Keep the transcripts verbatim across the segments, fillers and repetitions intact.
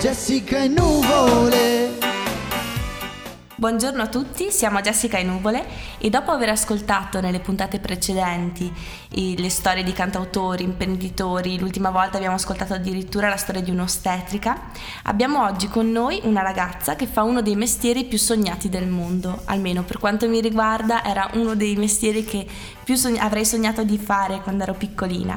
Jessica e Nuvole. Buongiorno a tutti, siamo Jessica e Nuvole e dopo aver ascoltato nelle puntate precedenti le storie di cantautori, imprenditori, l'ultima volta abbiamo ascoltato addirittura la storia di un'ostetrica, abbiamo oggi con noi una ragazza che fa uno dei mestieri più sognati del mondo, almeno per quanto mi riguarda era uno dei mestieri che più sogn- avrei sognato di fare quando ero piccolina,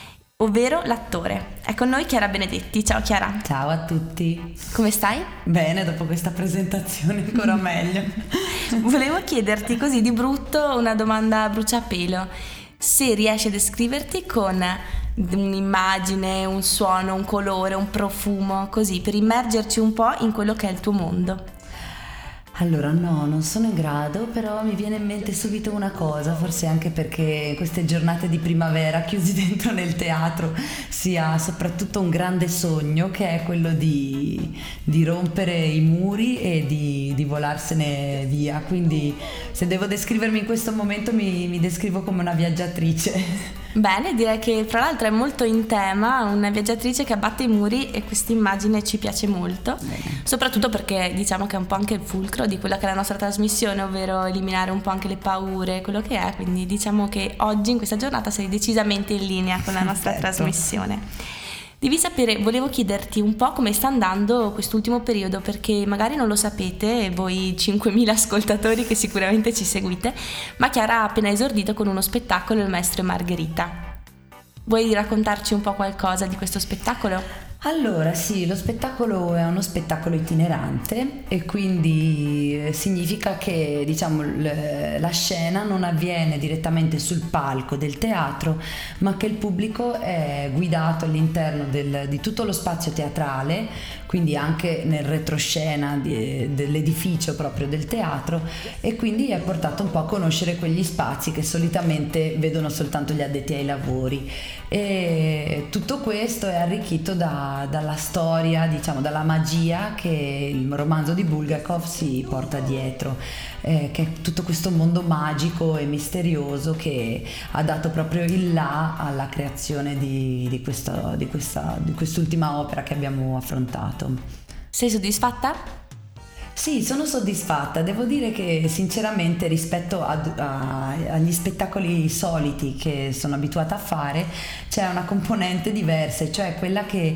ovvero l'attore. È con noi Chiara Benedetti. Ciao Chiara. Ciao a tutti. Come stai? Bene, dopo questa presentazione ancora meglio. Volevo chiederti così di brutto una domanda a bruciapelo. Se riesci a descriverti con un'immagine, un suono, un colore, un profumo, così per immergerci un po' in quello che è il tuo mondo. Allora no, non sono in grado, però mi viene in mente subito una cosa, forse anche perché in queste giornate di primavera chiusi dentro nel teatro si ha soprattutto un grande sogno che è quello di, di rompere i muri e di, di volarsene via, quindi se devo descrivermi in questo momento mi, mi descrivo come una viaggiatrice. Bene, direi che fra l'altro è molto in tema, una viaggiatrice che abbatte i muri e questa immagine ci piace molto. Bene. Soprattutto perché diciamo che è un po' anche il fulcro di quella che è la nostra trasmissione, ovvero eliminare un po' anche le paure, quello che è, quindi diciamo che oggi in questa giornata sei decisamente in linea con la nostra Perfetto. Trasmissione. Devi sapere, volevo chiederti un po' come sta andando quest'ultimo periodo, perché magari non lo sapete voi cinquemila ascoltatori che sicuramente ci seguite, ma Chiara ha appena esordito con uno spettacolo, Il Maestro e Margherita. Vuoi raccontarci un po' qualcosa di questo spettacolo? Allora sì, lo spettacolo è uno spettacolo itinerante e quindi significa che diciamo l- la scena non avviene direttamente sul palco del teatro, ma che il pubblico è guidato all'interno del, di tutto lo spazio teatrale, quindi anche nel retroscena di, dell'edificio proprio del teatro, e quindi è portato un po' a conoscere quegli spazi che solitamente vedono soltanto gli addetti ai lavori. E tutto questo è arricchito da, dalla storia, diciamo dalla magia che il romanzo di Bulgakov si porta dietro, eh, che è tutto questo mondo magico e misterioso che ha dato proprio il là alla creazione di, di, questo, di, questa, di quest'ultima opera che abbiamo affrontato. Sei soddisfatta? Sì, sono soddisfatta. Devo dire che sinceramente rispetto a, a, agli spettacoli soliti che sono abituata a fare c'è una componente diversa, cioè quella che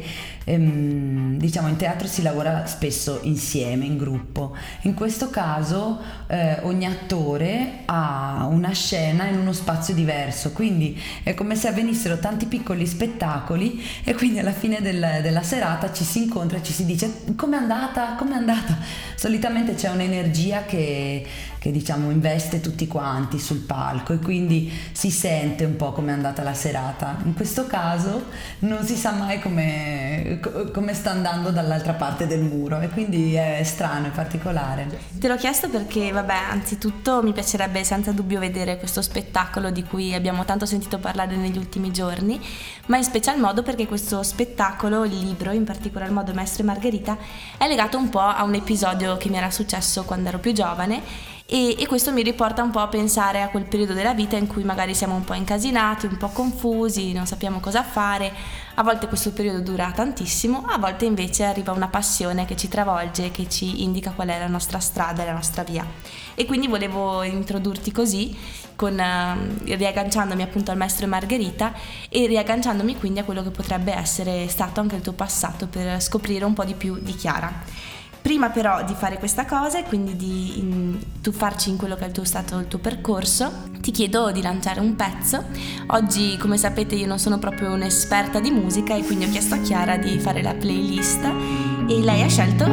ehm, diciamo in teatro si lavora spesso insieme, in gruppo. In questo caso eh, ogni attore ha una scena in uno spazio diverso, quindi è come se avvenissero tanti piccoli spettacoli e quindi alla fine del, della serata ci si incontra e ci si dice com'è andata, com'è andata. Solitamente c'è un'energia che, che diciamo investe tutti quanti sul palco e quindi si sente un po' come è andata la serata. In questo caso non si sa mai come, come sta andando dall'altra parte del muro e quindi è strano, è particolare. Te l'ho chiesto perché, vabbè, anzitutto mi piacerebbe senza dubbio vedere questo spettacolo di cui abbiamo tanto sentito parlare negli ultimi giorni, ma in special modo perché questo spettacolo, il libro, in particolar modo Maestro e Margherita, è legato un po' a un episodio che mi era successo quando ero più giovane e, e questo mi riporta un po' a pensare a quel periodo della vita in cui magari siamo un po' incasinati, un po' confusi, non sappiamo cosa fare. A volte questo periodo dura tantissimo, a volte invece arriva una passione che ci travolge, che ci indica qual è la nostra strada e la nostra via. E quindi volevo introdurti così, con, uh, riagganciandomi appunto al Maestro e Margherita e riagganciandomi quindi a quello che potrebbe essere stato anche il tuo passato per scoprire un po' di più di Chiara. Prima però di fare questa cosa e quindi di in, tuffarci in quello che è il tuo stato, il tuo percorso, ti chiedo di lanciare un pezzo. Oggi, come sapete, io non sono proprio un'esperta di musica e quindi ho chiesto a Chiara di fare la playlist e lei ha scelto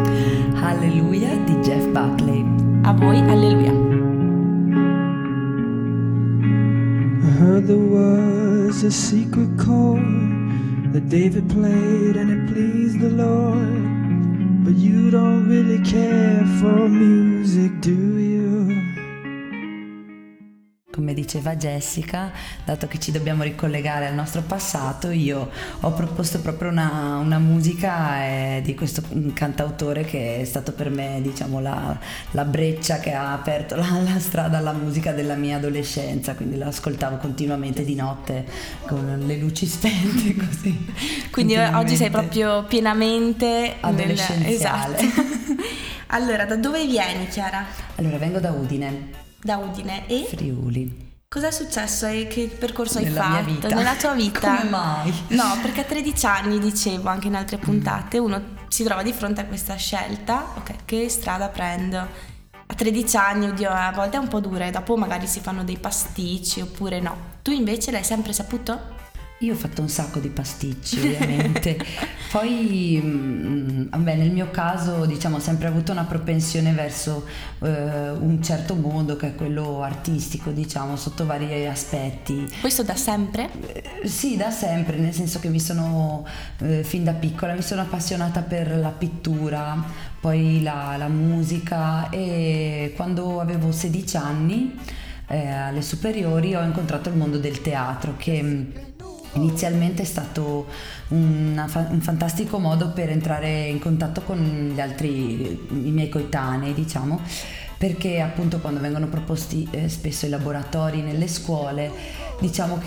Alleluia di Jeff Buckley. A voi, alleluia. I heard there was a secret chord that David played and it pleased the Lord. But you don't really care for music, do you? Come diceva Jessica, dato che ci dobbiamo ricollegare al nostro passato, io ho proposto proprio una, una musica eh, di questo cantautore che è stato per me, diciamo, la, la breccia che ha aperto la, la strada alla musica della mia adolescenza, quindi la ascoltavo continuamente di notte con le luci spente, così Quindi oggi sei continuamente proprio pienamente adolescenziale. Esatto. Allora, da dove vieni, Chiara? Allora, vengo da Udine, Da Udine. E Friuli. cosa è successo? E che percorso hai Nella fatto? mia vita. Nella tua vita? Come mai? No, perché a tredici anni, dicevo anche in altre puntate, uno si trova di fronte a questa scelta, ok, che strada prendo? A tredici anni, oddio, a volte è un po' dura e dopo magari si fanno dei pasticci oppure no. Tu invece l'hai sempre saputo? Io ho fatto un sacco di pasticci, ovviamente. Poi, mh, vabbè, nel mio caso, diciamo, ho sempre avuto una propensione verso eh, un certo mondo, che è quello artistico, diciamo, sotto vari aspetti. Questo da sempre? Eh, sì, da sempre, nel senso che mi sono, eh, fin da piccola, mi sono appassionata per la pittura, poi la, la musica, e quando avevo sedici anni, eh, alle superiori, ho incontrato il mondo del teatro, che mh, inizialmente è stato una, un fantastico modo per entrare in contatto con gli altri, i miei coetanei, diciamo, perché appunto quando vengono proposti eh, spesso i laboratori nelle scuole, diciamo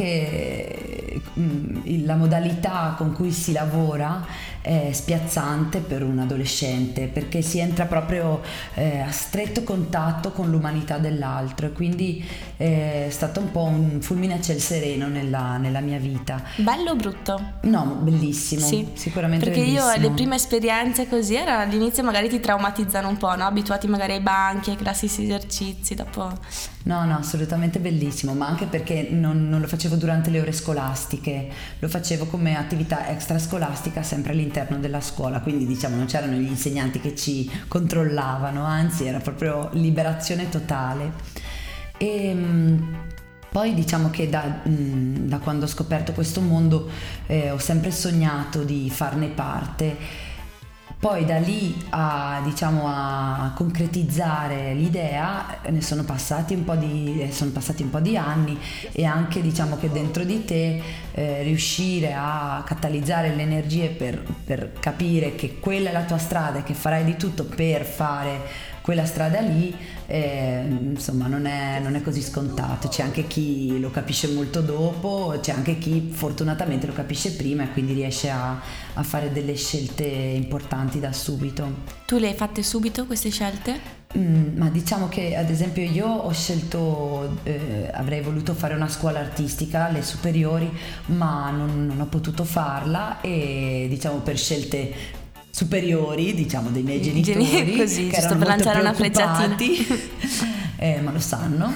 che mh, la modalità con cui si lavora è spiazzante per un adolescente, perché si entra proprio eh, a stretto contatto con l'umanità dell'altro, e quindi eh, è stato un po' un fulmine a ciel sereno nella, nella mia vita. Bello o brutto? No, bellissimo, Sì, sicuramente perché bellissimo. io le prime esperienze così era, all'inizio magari ti traumatizzano un po', no? Abituati magari ai banchi, ai classici esercizi, dopo... No, no, assolutamente bellissimo, ma anche perché non, non lo facevo durante le ore scolastiche, lo facevo come attività extrascolastica sempre all'interno della scuola, quindi diciamo non c'erano gli insegnanti che ci controllavano, anzi era proprio liberazione totale. E mh, poi diciamo che da, mh, da quando ho scoperto questo mondo eh, ho sempre sognato di farne parte. Poi da lì a, diciamo, a concretizzare l'idea ne sono passati un po' di, sono passati un po' di anni, e anche diciamo che dentro di te eh, riuscire a catalizzare le energie per, per capire che quella è la tua strada e che farai di tutto per fare quella strada lì, eh, insomma non è, non è così scontato. C'è anche chi lo capisce molto dopo, c'è anche chi fortunatamente lo capisce prima e quindi riesce a, a fare delle scelte importanti da subito. Tu le hai fatte subito queste scelte? Mm, ma diciamo che ad esempio io ho scelto, eh, avrei voluto fare una scuola artistica alle superiori, ma non, non ho potuto farla, e diciamo per scelte superiori, diciamo, dei miei genitori, così, che giusto erano per molto lanciare una preoccupati, frecciatina. eh, ma lo sanno,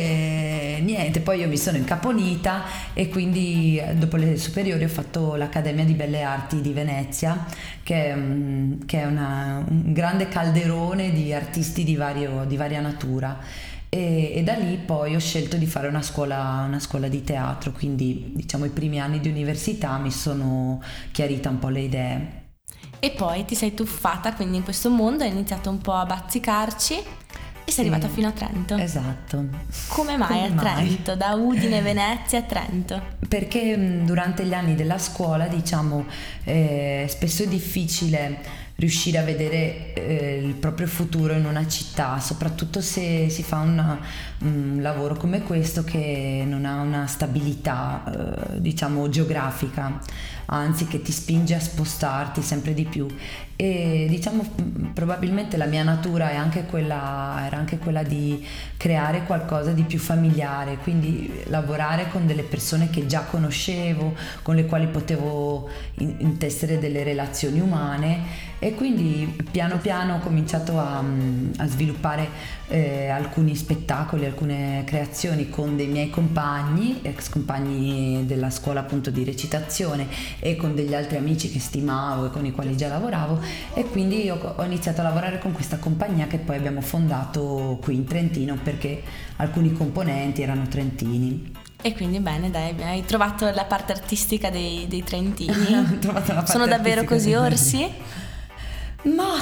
e niente, poi io mi sono incaponita, e quindi dopo le superiori ho fatto l'Accademia di Belle Arti di Venezia, che è, um, che è una, un grande calderone di artisti di, vario, di varia natura. E, e da lì poi ho scelto di fare una scuola, una scuola di teatro, quindi diciamo i primi anni di università mi sono chiarita un po' le idee. E poi ti sei tuffata quindi in questo mondo, hai iniziato un po' a bazzicarci e sei Sì, arrivata fino a Trento. Esatto. Come mai Come a mai? Trento? Da Udine, Venezia a Trento? Perché mh, durante gli anni della scuola, diciamo, eh, spesso è difficile riuscire a vedere eh, il proprio futuro in una città, soprattutto se si fa una, un lavoro come questo che non ha una stabilità, eh, diciamo, geografica, anzi che ti spinge a spostarti sempre di più. E diciamo probabilmente la mia natura è anche quella, era anche quella di creare qualcosa di più familiare, quindi lavorare con delle persone che già conoscevo, con le quali potevo intessere delle relazioni umane, e quindi piano piano ho cominciato a, a sviluppare eh, alcuni spettacoli, alcune creazioni con dei miei compagni, ex compagni della scuola appunto di recitazione, e con degli altri amici che stimavo e con i quali già lavoravo, e quindi ho, ho iniziato a lavorare con questa compagnia che poi abbiamo fondato qui in Trentino, perché alcuni componenti erano trentini. E quindi bene, dai, hai trovato la parte artistica dei, dei trentini. Ho trovato la parte Sono davvero artistica così dei orsi? Ma,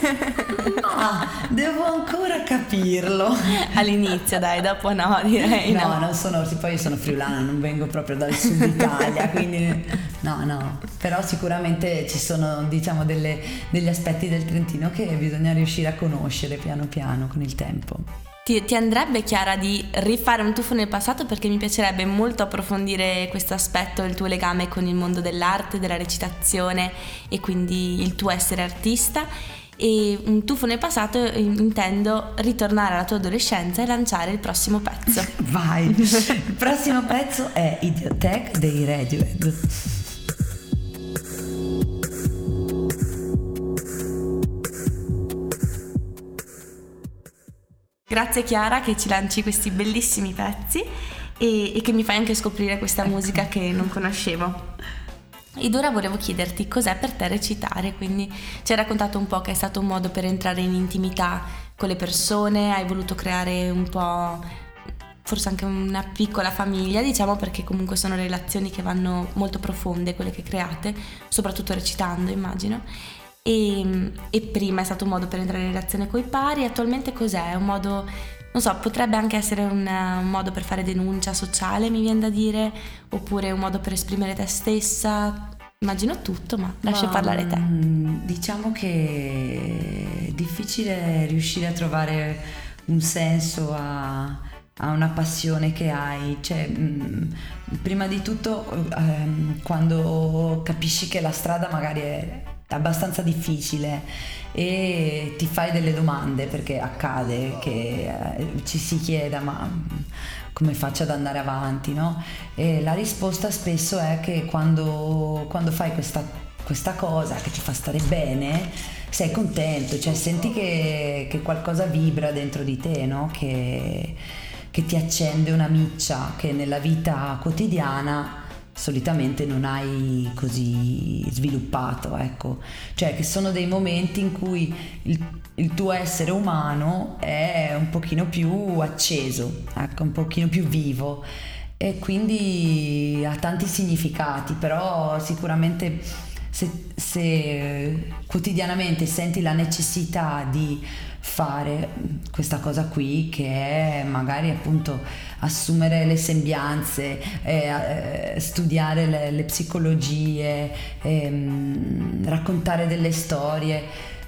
ma devo ancora capirlo. All'inizio, dai, dopo no, direi no. No, non sono orsi, poi io sono friulana, non vengo proprio dal sud Italia, quindi no, no. Però sicuramente ci sono, diciamo, delle, degli aspetti del Trentino che bisogna riuscire a conoscere piano piano con il tempo. Ti, ti andrebbe, Chiara, di rifare un tuffo nel passato? Perché mi piacerebbe molto approfondire questo aspetto, il tuo legame con il mondo dell'arte, della recitazione e quindi il tuo essere artista. E un tuffo nel passato intendo ritornare alla tua adolescenza e lanciare il prossimo pezzo. Vai! Il prossimo pezzo è Idiotech dei Radiohead. Grazie Chiara che ci lanci questi bellissimi pezzi e, e che mi fai anche scoprire questa musica che non conoscevo. Ed ora volevo chiederti cos'è per te recitare, quindi ci hai raccontato un po' che è stato un modo per entrare in intimità con le persone, hai voluto creare un po', forse anche una piccola famiglia, diciamo, perché comunque sono relazioni che vanno molto profonde, quelle che create, soprattutto recitando, immagino. E, e prima è stato un modo per entrare in relazione coi pari, attualmente cos'è? È un modo, non so, potrebbe anche essere un, un modo per fare denuncia sociale, mi viene da dire, oppure un modo per esprimere te stessa, immagino tutto, ma lascio ma, parlare te. Diciamo che è difficile riuscire a trovare un senso a, a una passione che hai, cioè mh, prima di tutto ehm, quando capisci che la strada magari è abbastanza difficile e ti fai delle domande, perché accade che eh, ci si chieda ma come faccio ad andare avanti, no? E la risposta spesso è che quando, quando fai questa, questa cosa che ti fa stare bene sei contento, cioè senti che, che qualcosa vibra dentro di te, no? Che, che ti accende una miccia che nella vita quotidiana solitamente non hai così sviluppato, ecco, cioè che sono dei momenti in cui il, il tuo essere umano è un pochino più acceso, ecco, un pochino più vivo e quindi ha tanti significati, però sicuramente se, se quotidianamente senti la necessità di fare questa cosa qui, che è magari appunto assumere le sembianze, eh, eh, studiare le, le psicologie, eh, raccontare delle storie,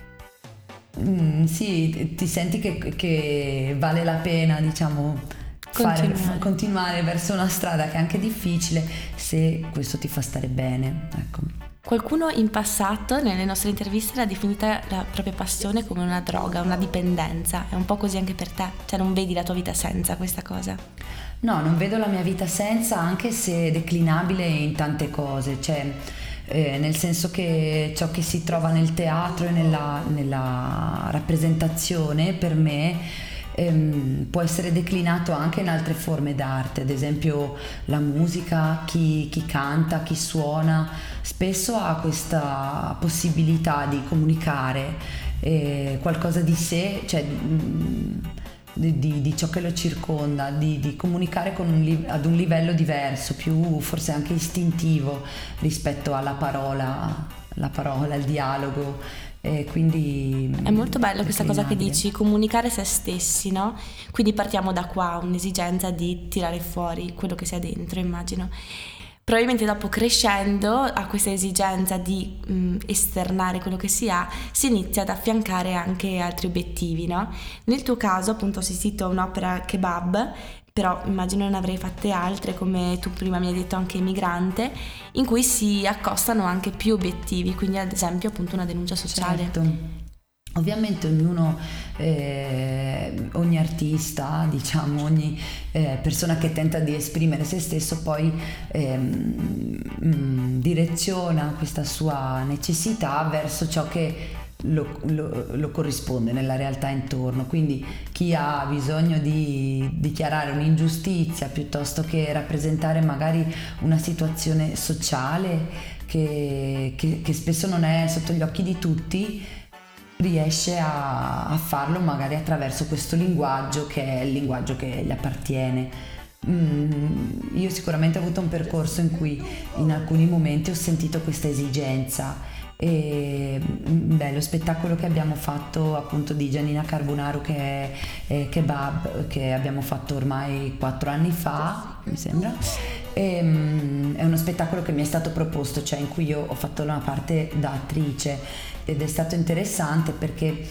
mm, sì, ti senti che, che vale la pena, diciamo, continuare. Fare, continuare verso una strada che è anche difficile se questo ti fa stare bene, ecco. Qualcuno in passato nelle nostre interviste l'ha definita la propria passione come una droga, una dipendenza. È un po' così anche per te? Cioè non vedi la tua vita senza questa cosa? No, non vedo la mia vita senza, anche se declinabile in tante cose, cioè eh, nel senso che ciò che si trova nel teatro e nella, nella rappresentazione per me ehm, può essere declinato anche in altre forme d'arte, ad esempio la musica, chi, chi canta, chi suona, spesso ha questa possibilità di comunicare eh, qualcosa di sé, cioè di, di, di ciò che lo circonda, di, di comunicare con un, ad un livello diverso, più forse anche istintivo rispetto alla parola, la parola, il dialogo. E quindi è molto bello questa cosa che dici, comunicare se stessi, no? Quindi partiamo da qua, un'esigenza di tirare fuori quello che si ha dentro, immagino. Probabilmente dopo, crescendo a questa esigenza di mh, esternare quello che si ha, si inizia ad affiancare anche altri obiettivi, no? Nel tuo caso appunto ho assistito a un'opera Kebab, però immagino non avrei fatte altre, come tu prima mi hai detto anche Immigrante, in cui si accostano anche più obiettivi, quindi ad esempio appunto una denuncia sociale. Certo. Ovviamente ognuno, eh, ogni artista, diciamo, ogni eh, persona che tenta di esprimere se stesso poi ehm, mh, direziona questa sua necessità verso ciò che Lo, lo, lo corrisponde nella realtà intorno, quindi chi ha bisogno di dichiarare un'ingiustizia piuttosto che rappresentare magari una situazione sociale che, che, che spesso non è sotto gli occhi di tutti, riesce a, a farlo magari attraverso questo linguaggio che è il linguaggio che gli appartiene. Mm, io sicuramente ho avuto un percorso in cui in alcuni momenti ho sentito questa esigenza. E beh, lo spettacolo che abbiamo fatto appunto di Giannina Carbonaro, che è, è Kebab, che abbiamo fatto ormai quattro anni fa, mi sembra, e, um, è uno spettacolo che mi è stato proposto, cioè in cui io ho fatto una parte da attrice, ed è stato interessante perché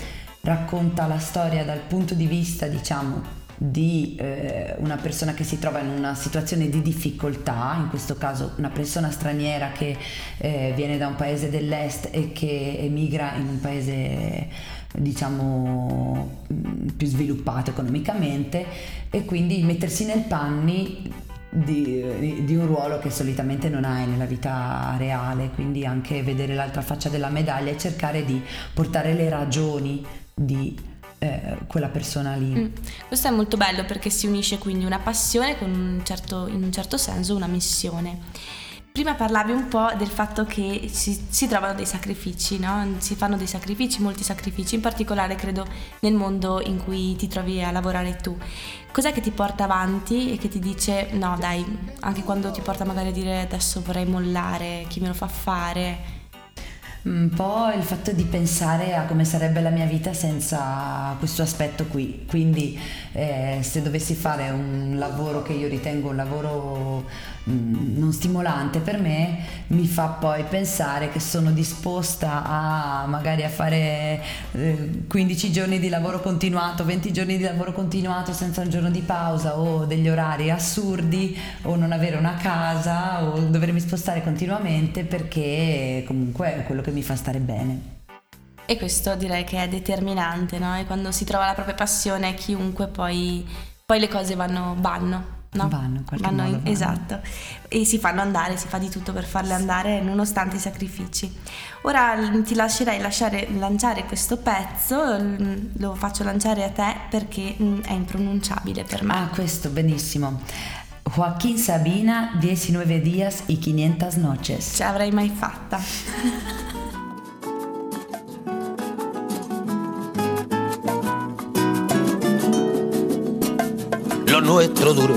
racconta la storia dal punto di vista, diciamo, di eh, una persona che si trova in una situazione di difficoltà, in questo caso una persona straniera che eh, viene da un paese dell'est e che emigra in un paese, diciamo, più sviluppato economicamente, e quindi mettersi nei panni di, di un ruolo che solitamente non hai nella vita reale, quindi anche vedere l'altra faccia della medaglia e cercare di portare le ragioni di Eh, quella persona lì. Mm. Questo è molto bello perché si unisce quindi una passione con un certo, in un certo senso una missione. Prima parlavi un po' del fatto che si, si trovano dei sacrifici, no? Si fanno dei sacrifici, molti sacrifici, in particolare credo nel mondo in cui ti trovi a lavorare tu. Cos'è che ti porta avanti e che ti dice no dai, anche quando ti porta magari a dire adesso vorrei mollare, chi me lo fa fare? Un po' il fatto di pensare a come sarebbe la mia vita senza questo aspetto qui, quindi eh, se dovessi fare un lavoro che io ritengo un lavoro mh, non stimolante per me, mi fa poi pensare che sono disposta a magari a fare eh, quindici giorni di lavoro continuato, venti giorni di lavoro continuato senza un giorno di pausa, o degli orari assurdi, o non avere una casa, o dovermi spostare continuamente, perché comunque è quello che mi fa stare bene. E questo direi che è determinante, no? E quando si trova la propria passione, chiunque poi, poi le cose vanno, vanno, no? Vanno, in qualche vanno modo in, vanno. Esatto. E si fanno andare, si fa di tutto per farle andare nonostante i sacrifici. Ora ti lascerei lasciare, lanciare questo pezzo, lo faccio lanciare a te perché è impronunciabile per me. Ah, questo, benissimo. Joaquín Sabina, diecinueve días y quinientas noches. Ce l'avrei mai fatta. Lo nuestro duro.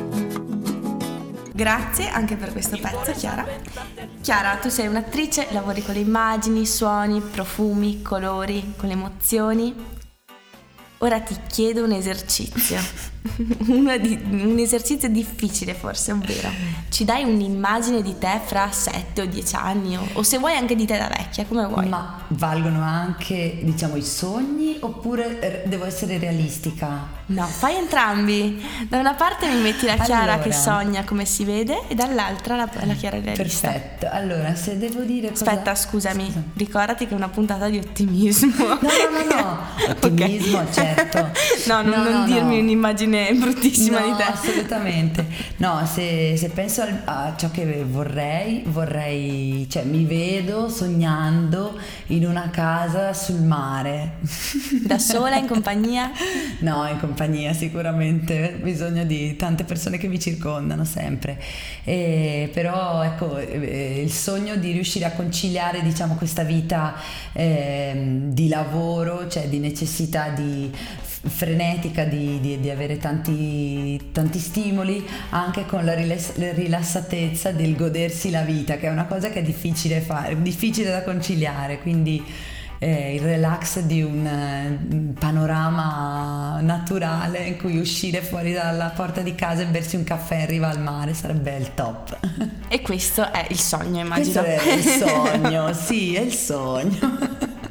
Grazie anche per questo pezzo, Chiara. Chiara, tu sei un'attrice, lavori con le immagini, suoni, profumi, colori, con le emozioni. Ora ti chiedo un esercizio. Uno di, un esercizio difficile forse, ovvero ci dai un'immagine di te fra sette o dieci anni, o, o se vuoi anche di te da vecchia, come vuoi. Ma valgono anche, diciamo, i sogni, oppure devo essere realistica? No, fai entrambi. Da una parte mi metti la Chiara Allora. che sogna come si vede, e dall'altra la, la Chiara realista. Perfetto. Allora, se devo dire cosa... Aspetta, scusami, Scusa. ricordati che è una puntata di ottimismo. No, no, no, no. Ottimismo, Ok. certo. No, non, No, non no, dirmi no. un'immagine bruttissima No, di te. assolutamente. No, se, se penso al- a ciò che vorrei, vorrei, cioè mi vedo sognando in una casa sul mare. Da sola, in compagnia? No, in compagnia sicuramente, bisogno di tante persone che mi circondano sempre. E, però ecco, eh, il sogno di riuscire a conciliare, diciamo, questa vita ehm, di lavoro, cioè di necessità di frenetica di, di, di avere tanti, tanti stimoli, anche con la rilass- la rilassatezza del godersi la vita, che è una cosa che è difficile fare, difficile da conciliare, quindi eh, il relax di un eh, panorama naturale in cui uscire fuori dalla porta di casa e bersi un caffè in riva al mare sarebbe il top. E questo è il sogno, immagino. Questo è il sogno, sì, è il sogno.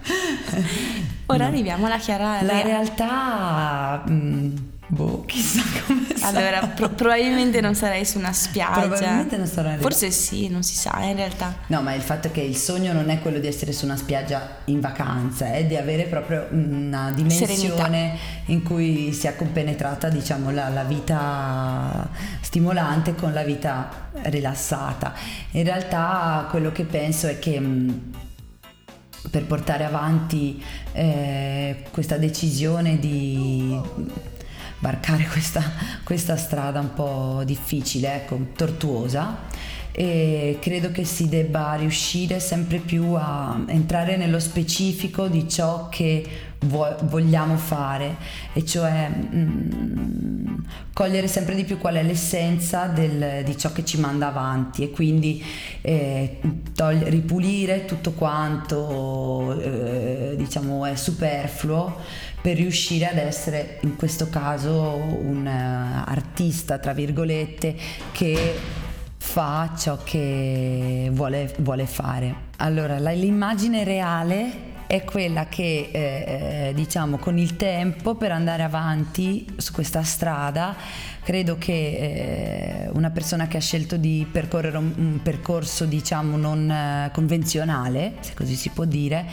Ora No. arriviamo alla Chiara. La realtà, mh, boh, chissà come sarà. Allora, pro- probabilmente non sarei su una spiaggia. Probabilmente non sarò in realtà. Forse sì, non si sa, eh, in realtà. No, ma il fatto è che il sogno non è quello di essere su una spiaggia in vacanza, è di avere proprio una dimensione Serenità. in cui sia compenetrata, diciamo, la, la vita stimolante con la vita rilassata. In realtà quello che penso è che mh, per portare avanti eh, questa decisione di varcare questa, questa strada un po' difficile, ecco, tortuosa, e credo che si debba riuscire sempre più a entrare nello specifico di ciò che vo- vogliamo fare, e cioè mh, cogliere sempre di più qual è l'essenza del, di ciò che ci manda avanti, e quindi eh, togli- ripulire tutto quanto eh, diciamo è superfluo, per riuscire ad essere in questo caso un uh, artista, tra virgolette, che fa ciò che vuole, vuole fare. Allora, la, l'immagine reale è quella che eh, diciamo con il tempo, per andare avanti su questa strada, credo che eh, una persona che ha scelto di percorrere un, un percorso diciamo non eh, convenzionale, se così si può dire,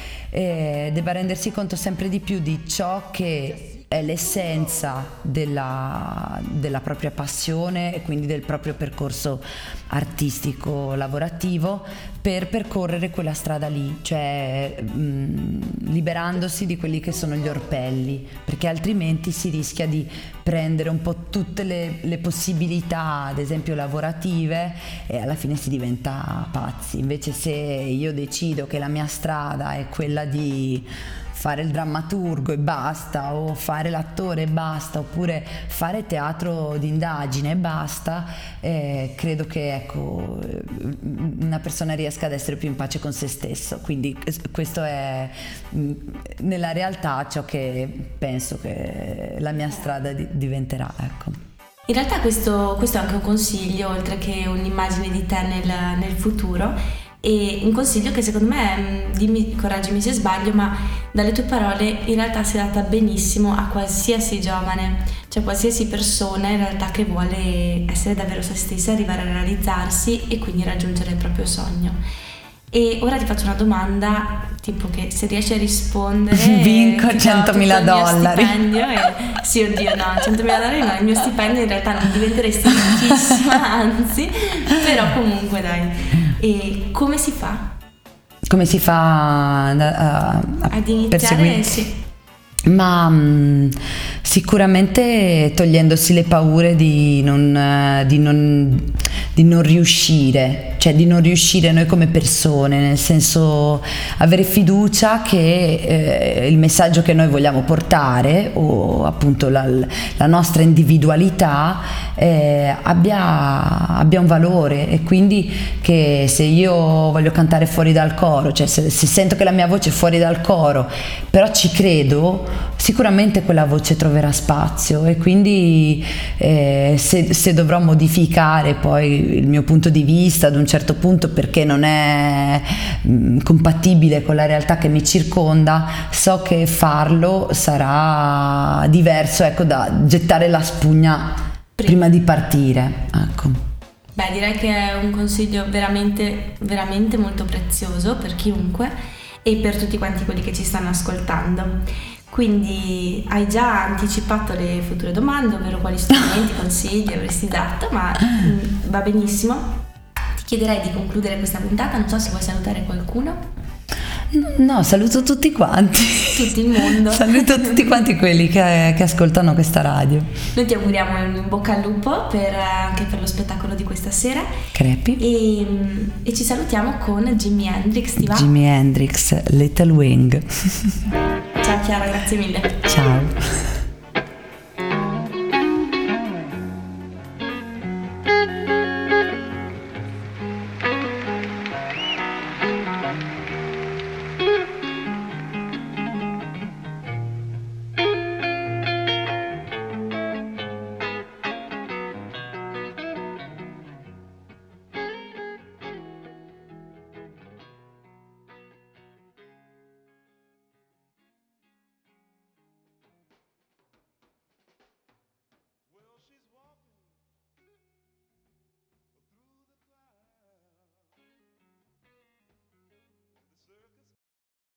eh, debba rendersi conto sempre di più di ciò che è l'essenza della, della propria passione e quindi del proprio percorso artistico lavorativo, per percorrere quella strada lì, cioè mh, liberandosi di quelli che sono gli orpelli, perché altrimenti si rischia di prendere un po' tutte le, le possibilità, ad esempio lavorative, e alla fine si diventa pazzi. Invece se io decido che la mia strada è quella di fare il drammaturgo e basta, o fare l'attore e basta, oppure fare teatro d'indagine e basta, eh, credo che ecco una persona riesca ad essere più in pace con se stesso. Quindi questo è nella realtà ciò che penso che la mia strada di- diventerà, ecco. In realtà questo, questo è anche un consiglio, oltre che un'immagine di te nel, nel futuro, e un consiglio che secondo me, dimmi, correggimi se sbaglio, ma dalle tue parole in realtà si è data benissimo a qualsiasi giovane, cioè qualsiasi persona in realtà che vuole essere davvero se stessa, arrivare a realizzarsi e quindi raggiungere il proprio sogno. E ora ti faccio una domanda, tipo che se riesci a rispondere vinco centomila dollari. E, sì, oddio, no, centomila dollari no, il mio stipendio in realtà non diventeresti ricchissima, anzi, però comunque dai. E come si fa? Come si fa a, a, Ad iniziare? perseguire? Sì. Ma mh, sicuramente togliendosi le paure di non, di non, di non riuscire, cioè di non riuscire noi come persone, nel senso avere fiducia che eh, il messaggio che noi vogliamo portare, o appunto la, la nostra individualità eh, abbia, abbia un valore, e quindi che se io voglio cantare fuori dal coro, cioè se, se sento che la mia voce è fuori dal coro, però ci credo, sicuramente quella voce troverà spazio, e quindi eh, se, se dovrò modificare poi il mio punto di vista ad un certo punto perché non è mh, compatibile con la realtà che mi circonda, so che farlo sarà diverso, ecco, da gettare la spugna prima di partire, ecco. Beh, direi che è un consiglio veramente, veramente molto prezioso per chiunque e per tutti quanti quelli che ci stanno ascoltando. Quindi hai già anticipato le future domande, ovvero quali strumenti, consigli avresti dato, ma mh, va benissimo. Ti chiederei di concludere questa puntata, non so se vuoi salutare qualcuno. No, saluto tutti quanti. Tutto il mondo. Saluto tutti quanti quelli che, che ascoltano questa radio. Noi ti auguriamo un in bocca al lupo per, anche per lo spettacolo di questa sera. Crepi. E, e ci salutiamo con Jimi Hendrix, ti va? Jimi Hendrix, Little Wing. Ciao Chiara, grazie mille. Ciao.